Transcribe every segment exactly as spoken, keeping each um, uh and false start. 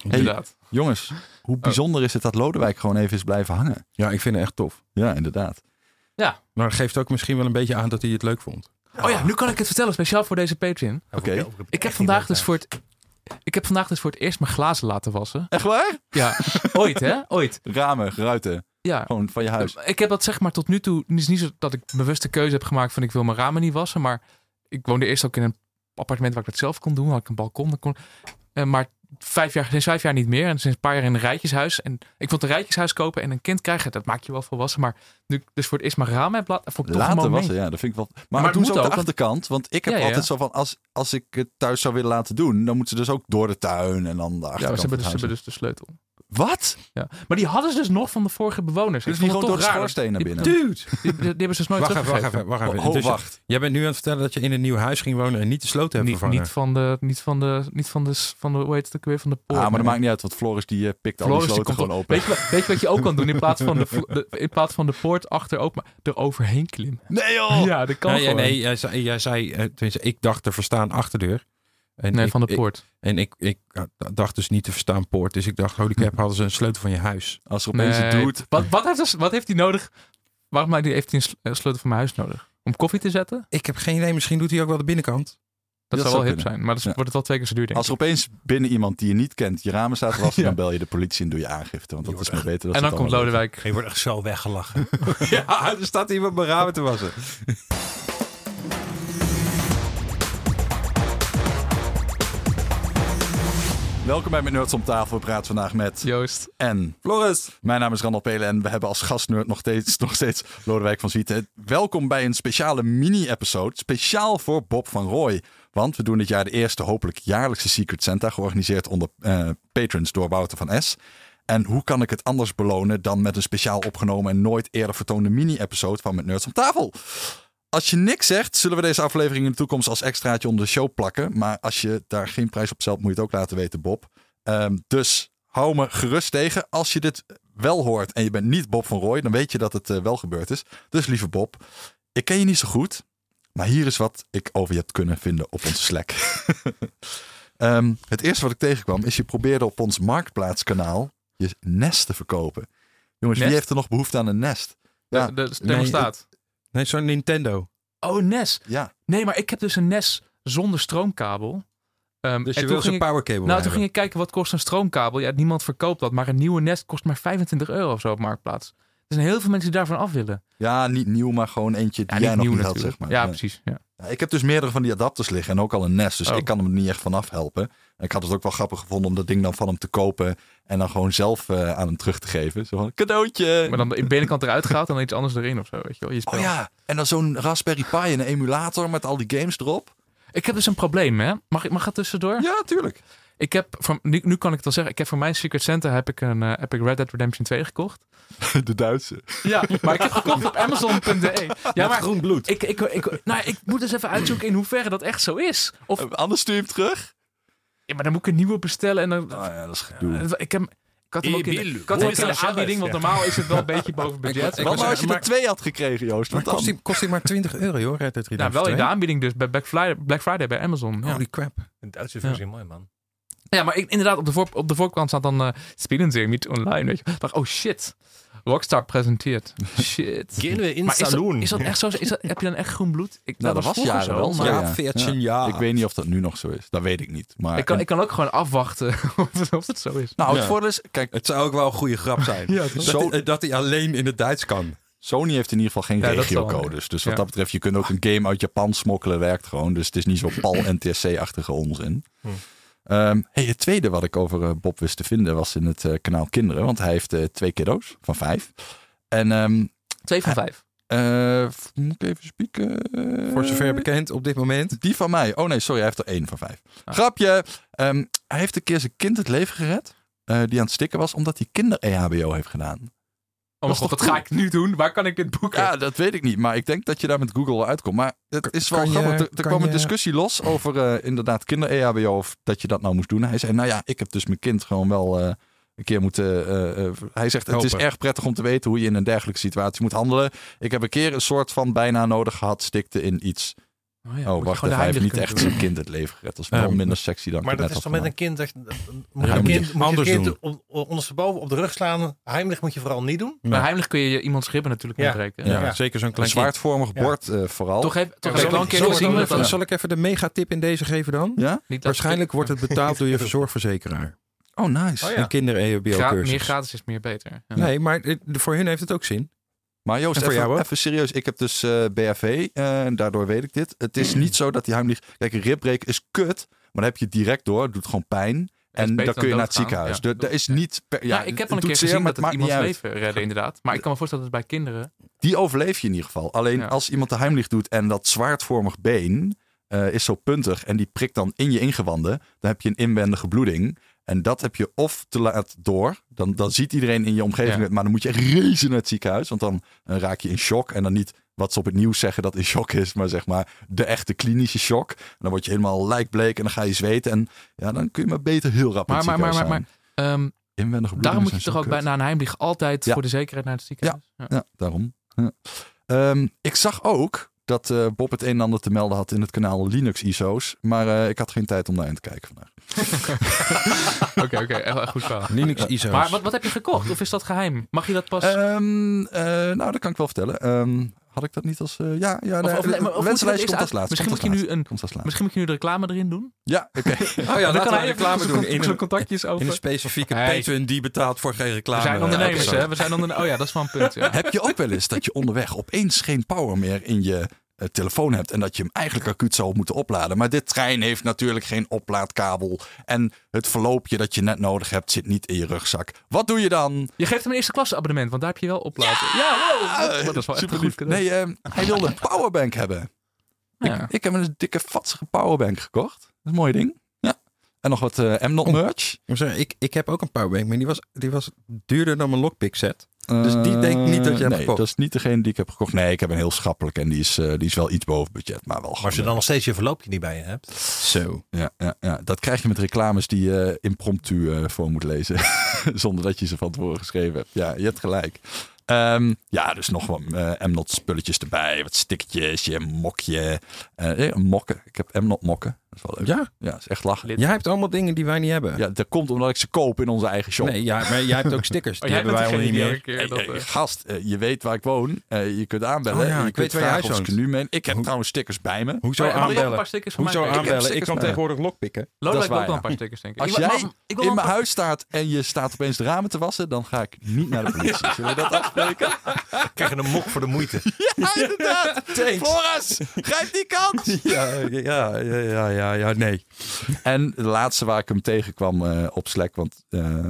Inderdaad. Hey, jongens, hoe bijzonder is het dat Lodewijk gewoon even is blijven hangen? Ja, ik vind het echt tof. Ja, inderdaad. Ja. Maar dat geeft ook misschien wel een beetje aan dat hij het leuk vond. Oh ja, nu kan ik het vertellen, speciaal voor deze Patreon. Oké. Okay. Ik heb vandaag dus voor het... Ik heb vandaag dus voor het eerst mijn glazen laten wassen. Echt waar? Ja, ooit hè? Ooit. Ramen, ruiten. Ja. Gewoon van je huis. Ik heb dat zeg maar tot nu toe... Het is niet zo dat ik bewuste keuze heb gemaakt van ik wil mijn ramen niet wassen. Maar ik woonde eerst ook in een appartement waar ik dat zelf kon doen. Had ik een balkon. Dat kon, uh, maar vijf jaar, sinds vijf jaar niet meer. En sinds een paar jaar in een rijtjeshuis. En ik vond een rijtjeshuis kopen en een kind krijgen. Dat maakt je wel volwassen. Maar nu dus voor het eerst mijn ramen heb laten... Vond ik toch laten wassen, ja. Dat vind ik wel... Maar, maar doen ze ook de achterkant. Want ik heb ja, ja. altijd zo van... Als, als ik het thuis zou willen laten doen... dan moeten ze dus ook door de tuin en dan de achterkant. Ja, ze hebben, dus, ze hebben dus de sleutel. Wat? Ja. Maar die hadden ze dus nog van de vorige bewoners. Dus die gewoon door de schoorsteen naar binnen. Dude, die, die, die hebben ze dus nooit wacht teruggegeven. Even, wacht even, wacht even. Oh, dus wacht. Je, jij bent nu aan het vertellen dat je in een nieuw huis ging wonen en niet de sloot hebt niet, vervangen. Niet van de, niet van de, niet van de, van de, hoe heet het ook weer, van de poort. Ah, maar dat maakt niet uit, want Floris die uh, pikt Floris, al die sloten gewoon op, open. Weet je, weet je wat je ook kan doen? In plaats van de, de, in plaats van de poort achter open, er overheen klimmen. Nee joh! Ja, dat kan nee, gewoon. Nee, jij zei, jij zei tenminste, ik dacht te verstaan achterdeur. En nee, ik, van de poort. Ik, en ik, ik dacht dus niet te verstaan poort. Dus ik dacht, holy crap, hadden ze een sleutel van je huis. Als er opeens nee. het doet. Wat, wat, heeft, wat heeft hij nodig? Waarom heeft hij een sleutel van mijn huis nodig? Om koffie te zetten? Ik heb geen idee. Misschien doet hij ook wel de binnenkant. Dat, dat zou wel hip zijn. Maar dan ja. wordt het wel twee keer zo duur, denk Als er opeens binnen iemand die je niet kent je ramen staat te wassen, ja. dan bel je de politie en doe je aangifte. Want dat is nog beter. En dan komt Lodewijk. Je wordt echt zo weggelachen. Ja, er staat iemand mijn ramen te wassen. Welkom bij Met Nerds om tafel. We praten vandaag met Joost en Floris. Mijn naam is Randal Pelen en we hebben als gastnerd nog steeds, nog steeds Lodewijk van Zwieten. Welkom bij een speciale mini-episode, speciaal voor Bob van Rooij. Want we doen dit jaar de eerste hopelijk jaarlijkse Secret Santa, georganiseerd onder uh, patrons door Wouter van S. En hoe kan ik het anders belonen dan met een speciaal opgenomen en nooit eerder vertoonde mini-episode van Met Nerds om tafel? Als je niks zegt, zullen we deze aflevering in de toekomst als extraatje onder de show plakken. Maar als je daar geen prijs op stelt, moet je het ook laten weten, Bob. Um, dus hou me gerust tegen. Als je dit wel hoort en je bent niet Bob van Rooij, dan weet je dat het uh, wel gebeurd is. Dus lieve Bob, ik ken je niet zo goed, maar hier is wat ik over je heb kunnen vinden op onze Slack. um, het eerste wat ik tegenkwam is je probeerde op ons Marktplaatskanaal je nest te verkopen. Jongens, nest? Wie heeft er nog behoefte aan een nest? Ja, de, de thermostaat. Nee, nee zo'n Nintendo. Oh, een N E S. Ja. Nee, maar ik heb dus een N E S zonder stroomkabel. Um, dus je wil zo'n powercable Nou, hebben. toen ging ik kijken wat kost een stroomkabel. Ja, niemand verkoopt dat. Maar een nieuwe N E S kost maar vijfentwintig euro of zo op Marktplaats. Er zijn heel veel mensen die daarvan af willen. Ja, niet nieuw, maar gewoon eentje die ja, jij niet nog nieuw niet had, zeg maar. Ja, ja. precies. Ja. Ja, ik heb dus meerdere van die adapters liggen en ook al een N E S. Dus oh. ik kan hem er niet echt vanaf helpen. En ik had het ook wel grappig gevonden om dat ding dan van hem te kopen. En dan gewoon zelf uh, aan hem terug te geven. Zo van, cadeautje. Maar dan de binnenkant eruit gehaald en dan iets anders erin of zo. Weet je wel, je oh ja, en dan zo'n Raspberry Pi en een emulator met al die games erop. Ik heb dus een probleem, hè. Mag ik, mag het tussendoor? Ja, tuurlijk. Ik heb, voor, nu, nu kan ik het wel zeggen, ik heb voor mijn Secret Santa heb ik, een, uh, heb ik Red Dead Redemption twee gekocht. De Duitse. Ja, maar ik heb gekocht op Amazon punt d e. Ja, maar groen bloed. Ik, ik, ik, nou, ik moet eens even uitzoeken in hoeverre dat echt zo is. Of, uh, anders stuur je hem terug? Ja, maar dan moet ik een nieuwe bestellen. En dan, oh ja, dat is gedoe. Uh, ik heb... Ik had hem ook in de, ik had hem ook in de aanbieding, want normaal is het wel een beetje boven budget. Wat nou als je er twee had gekregen, Joost? Maar kost die, kost die maar twintig euro, joh, Red Dead Redemption Nou, wel in de aanbieding dus, bij Black Friday, Black Friday bij Amazon. Ja. Holy crap. Een Duitse versie, ja. Mooi man. Ja, maar ik, inderdaad, op de, voor, op de voorkant staat dan uh, spelen ze niet online, weet je. Ik dacht, oh shit, Rockstar presenteert. Shit. Gaan we in maar saloon. Is dat, is dat echt zo? Is dat, heb je dan echt groen bloed? Ik, nou, dat, dat was jaren zo, wel. maar ja, ja, veertien jaar. Ik weet niet of dat nu nog zo is. Dat weet ik niet. Maar ik, kan, en... ik kan ook gewoon afwachten of het, of het zo is. Nou, het ja. voordeel is... Kijk, het zou ook wel een goede grap zijn. ja, dat, zo... hij, dat hij alleen in het Duits kan. Sony heeft in ieder geval geen ja, regiocodes. Dus wat ja. dat betreft, je kunt ook een game uit Japan smokkelen. Werkt gewoon. Dus het is niet zo pal N T S C-achtige onzin. Hm. Um, hey, het tweede wat ik over uh, Bob wist te vinden was in het uh, kanaal Kinderen. Want hij heeft uh, twee kiddo's van vijf. En, um, twee van vijf? Uh, moet ik even spieken? Uh, Voor zover bekend op dit moment. Die van mij. Oh nee, sorry. Hij heeft er één van vijf. Ah. Grapje. Um, hij heeft een keer zijn kind het leven gered. Uh, die aan het stikken was. Omdat hij kinder-E H B O heeft gedaan. Oh mijn god, wat ga ik nu doen? Waar kan ik dit boeken? Ja, dat weet ik niet. Maar ik denk dat je daar met Google wel uitkomt. Maar het is wel grappig. Er, er kwam je... een discussie los over uh, inderdaad kinder-E H B O. Of dat je dat nou moest doen. Hij zei, nou ja, ik heb dus mijn kind gewoon wel uh, een keer moeten... Uh, uh, hij zegt, Helpen. Het is erg prettig om te weten hoe je in een dergelijke situatie moet handelen. Ik heb een keer een soort van bijna nodig gehad. Stikte in iets Oh, ja, Oh, moet je wacht gewoon even. de Hij heeft niet heimlich echt kunnen zijn kind het leven gered. Dat is wel Um, minder sexy dan ik Maar het dat net is had toch met een gemaakt. kind... Dat, moet Ja, je moet kind, je moet je anders kind doen. on- on- ondersteboven op de rug slaan. Heimlich moet je vooral niet doen. doen. Maar heimelijk kun je iemands ribben natuurlijk Ja. inbreken. Ja, Ja. zeker zo'n Een klein zwaardvormig Ja. bord uh, vooral. Toch heb, toch Ja, heb ik zal wel een ik- keer zal ik gezien dan dat Zal, dat... zal ik even de megatip in deze geven dan? Ja? Niet dat Waarschijnlijk wordt het betaald door je zorgverzekeraar. Oh, nice. Oh, ja. Een kinder-E H B gra- O-cursus. meer gratis is meer beter. Ja. Nee, maar het- voor hun heeft het ook zin. Maar Joost, En voor even, jou ook? even serieus. Ik heb dus uh, B H V uh, en daardoor weet ik dit. Het is niet zo dat die heimlich... Kijk, een ribbreak is kut, maar dan heb je het direct door. Het doet gewoon pijn. is En beter dan kun je dan naar het doodgaan. ziekenhuis. Ja. De- Dat is niet... Per, ja, Ja, ik heb het al een doet keer zeer, gezien maar dat het maakt niet iemands uit. leven redden inderdaad. Maar ik kan me voorstellen dat het bij kinderen... Die overleef je in ieder geval. Alleen Ja. als iemand de heimlich doet en dat zwaardvormig been uh, is zo puntig en die prikt dan in je ingewanden, dan heb je een inwendige bloeding. En dat heb je of te laat door. Dan, dan ziet iedereen in je omgeving Ja. het. Maar dan moet je echt racen naar het ziekenhuis. Want dan uh, raak je in shock. En dan niet wat ze op het nieuws zeggen dat in shock is. Maar zeg maar de echte klinische shock. En dan word je helemaal lijkbleek en dan ga je zweten. En ja, dan kun je maar beter heel rap in Maar, het maar, maar, ziekenhuis maar, maar zijn. um, Inwendige bloeding daarom moet zijn je toch zo ook bij, kut. na een heimlich altijd Ja. voor de zekerheid naar het ziekenhuis. Ja. Ja, daarom. Ja. Um, ik zag ook dat uh, Bob het een en ander te melden had in het kanaal Linux I S O's. Maar uh, ik had geen tijd om daarin te kijken vandaag. Oké, oké. Echt goed verhaal. Linux I S O's. Maar wat, wat heb je gekocht? Of is dat geheim? Mag je dat pas... Um, uh, nou, dat kan ik wel vertellen. Um, had ik dat niet als... Uh, ja, ja Of- de, of- nee, maar- de of wensenlijstje moet je komt dat als laatste. Misschien komt moet je als nu een... laatste. Komt als laatste. Misschien moet je nu de reclame erin doen. Ja, oké. Okay. Oh ja, Dan laten kan we hij reclame even doen zo'n- in zo'n een, contactjes over. in een specifieke Hey. Patreon die betaalt voor geen reclame. We zijn ondernemers, Uh, hè? We zijn onder... Oh ja, dat is wel een punt. Ja. Heb je ook wel eens dat je onderweg opeens geen power meer in je uh, telefoon hebt en dat je hem eigenlijk acuut zou moeten opladen? Maar dit trein heeft natuurlijk geen oplaadkabel en het verloopje dat je net nodig hebt zit niet in je rugzak. Wat doe je dan? Je geeft hem een eerste klasse abonnement, want daar heb je wel opladen. Ja, ja wow. Dat is wel echt een goed cadeau. Nee, uh, hij wilde een powerbank hebben. Ja. Ik, ik heb een dikke vatsige powerbank gekocht. Dat is een mooi ding. Ja. En nog wat uh, M-Not merch. Ik, zeggen, ik, ik heb ook een powerbank, maar die was, die was duurder dan mijn lockpick set. Dus die denk ik niet dat je hebt nee, gekocht. dat is niet degene die ik heb gekocht. Nee, ik heb een heel schappelijk en die is, uh, die is wel iets boven budget, maar wel Maar als je gewoon, dan nog steeds je verloopje niet bij je hebt. Zo. Ja, ja, ja, dat krijg je met reclames die je uh, impromptu uh, voor moet lezen. Zonder dat je ze van tevoren geschreven hebt. Ja, je hebt gelijk. Um, ja, dus nog wat uh, M-Not spulletjes erbij. Wat stickertjes, je mokje. Uh, mokken. Ik heb M-Not mokken. Dat is wel leuk. Ja? Ja, dat is echt lachen. Lid. Jij hebt allemaal dingen die wij niet hebben. Ja, dat komt omdat ik ze koop in onze eigen shop. Nee, ja, maar jij hebt ook stickers. Die Oh, jij hebben wij bent al niet degene meer. die elke keer Hey, dat, hey, uh, gast, uh, je weet waar ik woon. Uh, je kunt aanbellen. Oh ja, en je ik kunt weet waar je vragen of ik huis er nu mee. Ik heb Hoe- trouwens stickers bij me. Hoezo Oh ja, mag ik ook een aanbellen? paar stickers van Hoezo mij krijgen? aanbellen? Ik stickers kan bij me. tegenwoordig lockpicken. Lodewijk is wil ook waar, wel ja. een paar stickers, denk ik. Als Ik wil- jij mag- ik wil in wel mijn een huis staat en je staat opeens de ramen te wassen, dan ga ik niet naar de politie. Zullen we dat afspreken? Krijg je een mok voor de moeite. Ja, inderdaad. Thanks. Floris, grijp die kant. Ja, ja, ja, ja, ja, ja, nee. En de laatste waar ik hem tegenkwam uh, op Slack, want uh,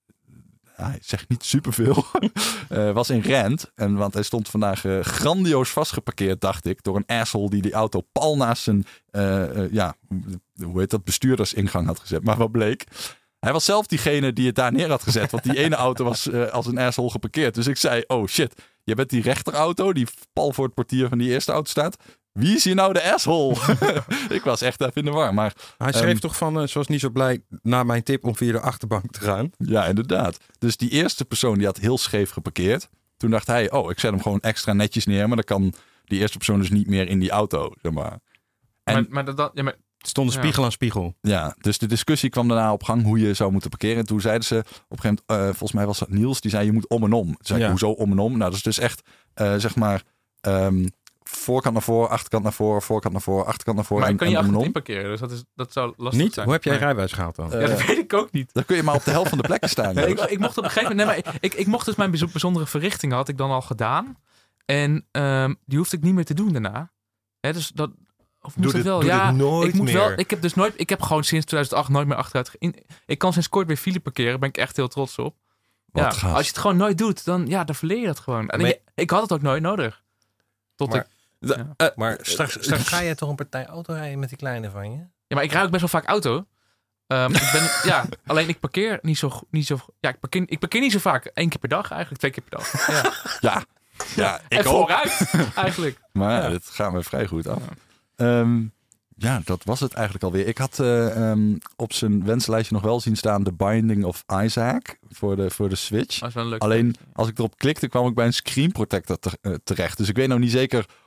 hij zegt niet superveel, uh, was in Rent. En, want hij stond vandaag uh, grandioos vastgeparkeerd, dacht ik, door een asshole die die auto pal naast zijn, uh, uh, ja, hoe heet dat, bestuurdersingang had gezet. Maar wat bleek? Hij was zelf diegene die het daar neer had gezet, want die ene auto was uh, als een asshole geparkeerd. Dus ik zei, oh shit, je bent die rechterauto die pal voor het portier van die eerste auto staat. Wie is hier nou de asshole? Ik was echt even in de war. Maar, Hij schreef um, toch van, uh, zoals niet zo blij, naar mijn tip om via de achterbank te gaan. Ja, inderdaad. Dus die eerste persoon die had heel scheef geparkeerd. Toen dacht hij, oh, ik zet hem gewoon extra netjes neer. Maar dan kan die eerste persoon dus niet meer in die auto, zeg maar. En, Maar, maar, dat, dat- ja, maar Het stond een Ja. spiegel aan spiegel. ja, dus de discussie kwam daarna op gang hoe je zou moeten parkeren. En toen zeiden ze, op een gegeven moment, uh, volgens mij was dat Niels, die zei je moet om en om. Toen zei ik, Ja. hoezo om en om? Nou, dat is dus echt, uh, zeg maar, um, voorkant naar voren, achterkant naar voren, voorkant naar voren, achterkant naar voren. maar en, kan je en om en achterin om. parkeren, dus dat, is, dat zou lastig Niet? zijn. Hoe heb jij Nee. rijbewijs gehaald dan? Uh, Ja, dat weet ik ook niet. Dan kun je maar op de helft van de plekken staan. Nee, ik, Joost. ik mocht op een gegeven moment... Nee, maar ik, ik mocht dus mijn bijzo- bijzondere verrichtingen had ik dan al gedaan. En um, die hoefde ik niet meer te doen daarna. Hè, dus dat... Of moest Doe het dit- wel? doe Ja, dit nooit ik moet meer. wel. Ik heb dus nooit. Ik heb gewoon sinds tweeduizend acht nooit meer achteruit. ge- In, ik kan sinds kort weer file parkeren. Ben ik echt heel trots op. Wat Ja, gast. als je het gewoon nooit doet, dan ja, dan verleer je dat gewoon. En Maar- ik, ik had het ook nooit nodig. Tot Maar- ik. De- Ja. uh, Maar straks, straks ga je toch een partij auto rijden met die kleine van je? Ja, maar ik rijd ook best wel vaak auto. Um, ik ben, ja, alleen ik parkeer niet zo, go- niet zo. Ja, ik parkeer, ik parkeer niet zo vaak. Eén keer per dag eigenlijk, twee keer per dag. Ja. Ja, ja ik en ook. vooruit eigenlijk. Maar ja, Ja. dit gaat me vrij goed af. Ja. Um, ja, dat was het eigenlijk alweer. Ik had uh, um, op zijn wensenlijstje nog wel zien staan The Binding of Isaac voor de, voor de Switch. Dat is wel een leuk. Alleen als ik erop klikte kwam ik bij een screen protector te- uh, terecht. Dus ik weet nou niet zeker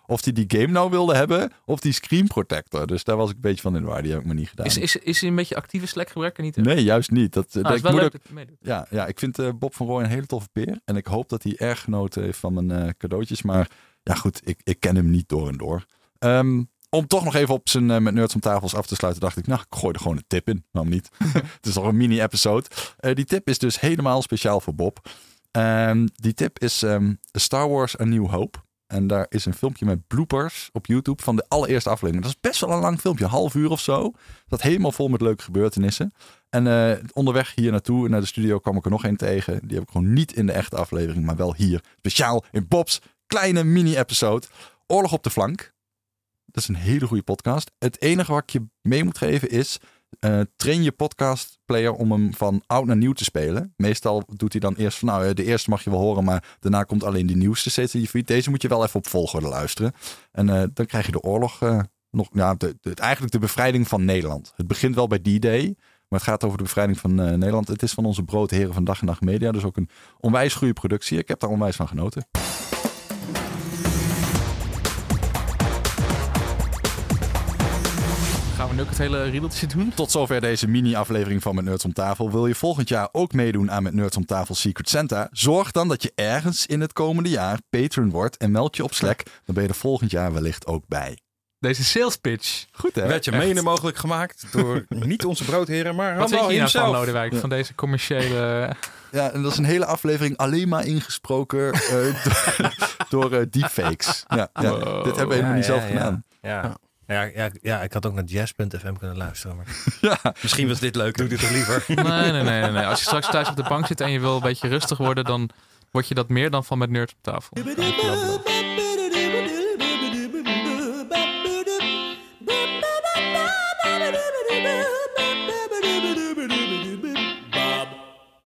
of hij die game nou wilde hebben of die screen protector. Dus daar was ik een beetje van in de war. Die heb ik me niet gedaan. Is, is, is hij een beetje actieve Slack gebruiker niet? Nee, juist niet. Dat, Ah, dat is wel ik leuk ook, dat hij meedoet. ja, ja, ik vind uh, Bob van Rooij een hele toffe peer. En ik hoop dat hij erg genoten heeft van mijn uh, cadeautjes. Maar ja goed, ik, ik ken hem niet door en door. Um, Om toch nog even op zijn uh, met Nerds om tafels af te sluiten, dacht ik, nou, ik gooi er gewoon een tip in. Waarom niet? Het is nog een mini-episode. Uh, die tip is dus helemaal speciaal voor Bob. Um, die tip is um, Star Wars A New Hope. En daar is een filmpje met bloopers op YouTube van de allereerste aflevering. Dat is best wel een lang filmpje, een half uur of zo. Dat helemaal vol met leuke gebeurtenissen. En uh, onderweg hier naartoe, naar de studio, kwam ik er nog één tegen. Die heb ik gewoon niet in de echte aflevering, maar wel hier. Speciaal in Bob's kleine mini-episode. Oorlog op de flank. Dat is een hele goede podcast. Het enige wat ik je mee moet geven is... Uh, train je podcastplayer om hem van oud naar nieuw te spelen. Meestal doet hij dan eerst van... nou, de eerste mag je wel horen... maar daarna komt alleen die nieuwste steeds in je feed. Deze moet je wel even op volgorde luisteren. En uh, dan krijg je de oorlog... Uh, nog, ja, de, de, eigenlijk de bevrijding van Nederland. Het begint wel bij D-Day... maar het gaat over de bevrijding van uh, Nederland. Het is van onze broodheren van Dag en Nacht Media. Dus ook een onwijs goede productie. Ik heb daar onwijs van genoten. Gaan we nu ook het hele riedeltje doen? Tot zover deze mini-aflevering van Met Nerds om Tafel. Wil je volgend jaar ook meedoen aan Met Nerds om Tafel Secret Santa? Zorg dan dat je ergens in het komende jaar patron wordt en meld je op Slack. Dan ben je er volgend jaar wellicht ook bij. Deze sales pitch. Goed hè? Werd je mede mogelijk gemaakt door niet onze broodheren, maar Wat vind je hier nou van, hemzelf. Lodewijk? Ja. Van deze commerciële... Ja, en dat is een hele aflevering alleen maar ingesproken uh, door, door uh, deepfakes. Ja, ja. Wow. Dit hebben we helemaal Ja, niet ja, zelf ja. gedaan. Ja. Ja. Ja, ja, ja, ik had ook naar jazz punt f m kunnen luisteren. Maar... Ja. Misschien was dit leuk. Doe dit toch liever? Nee, nee, nee, nee, nee. Als je straks thuis op de bank zit en je wil een beetje rustig worden... dan word je dat meer dan van Met Nerds op Tafel. Dankjewel.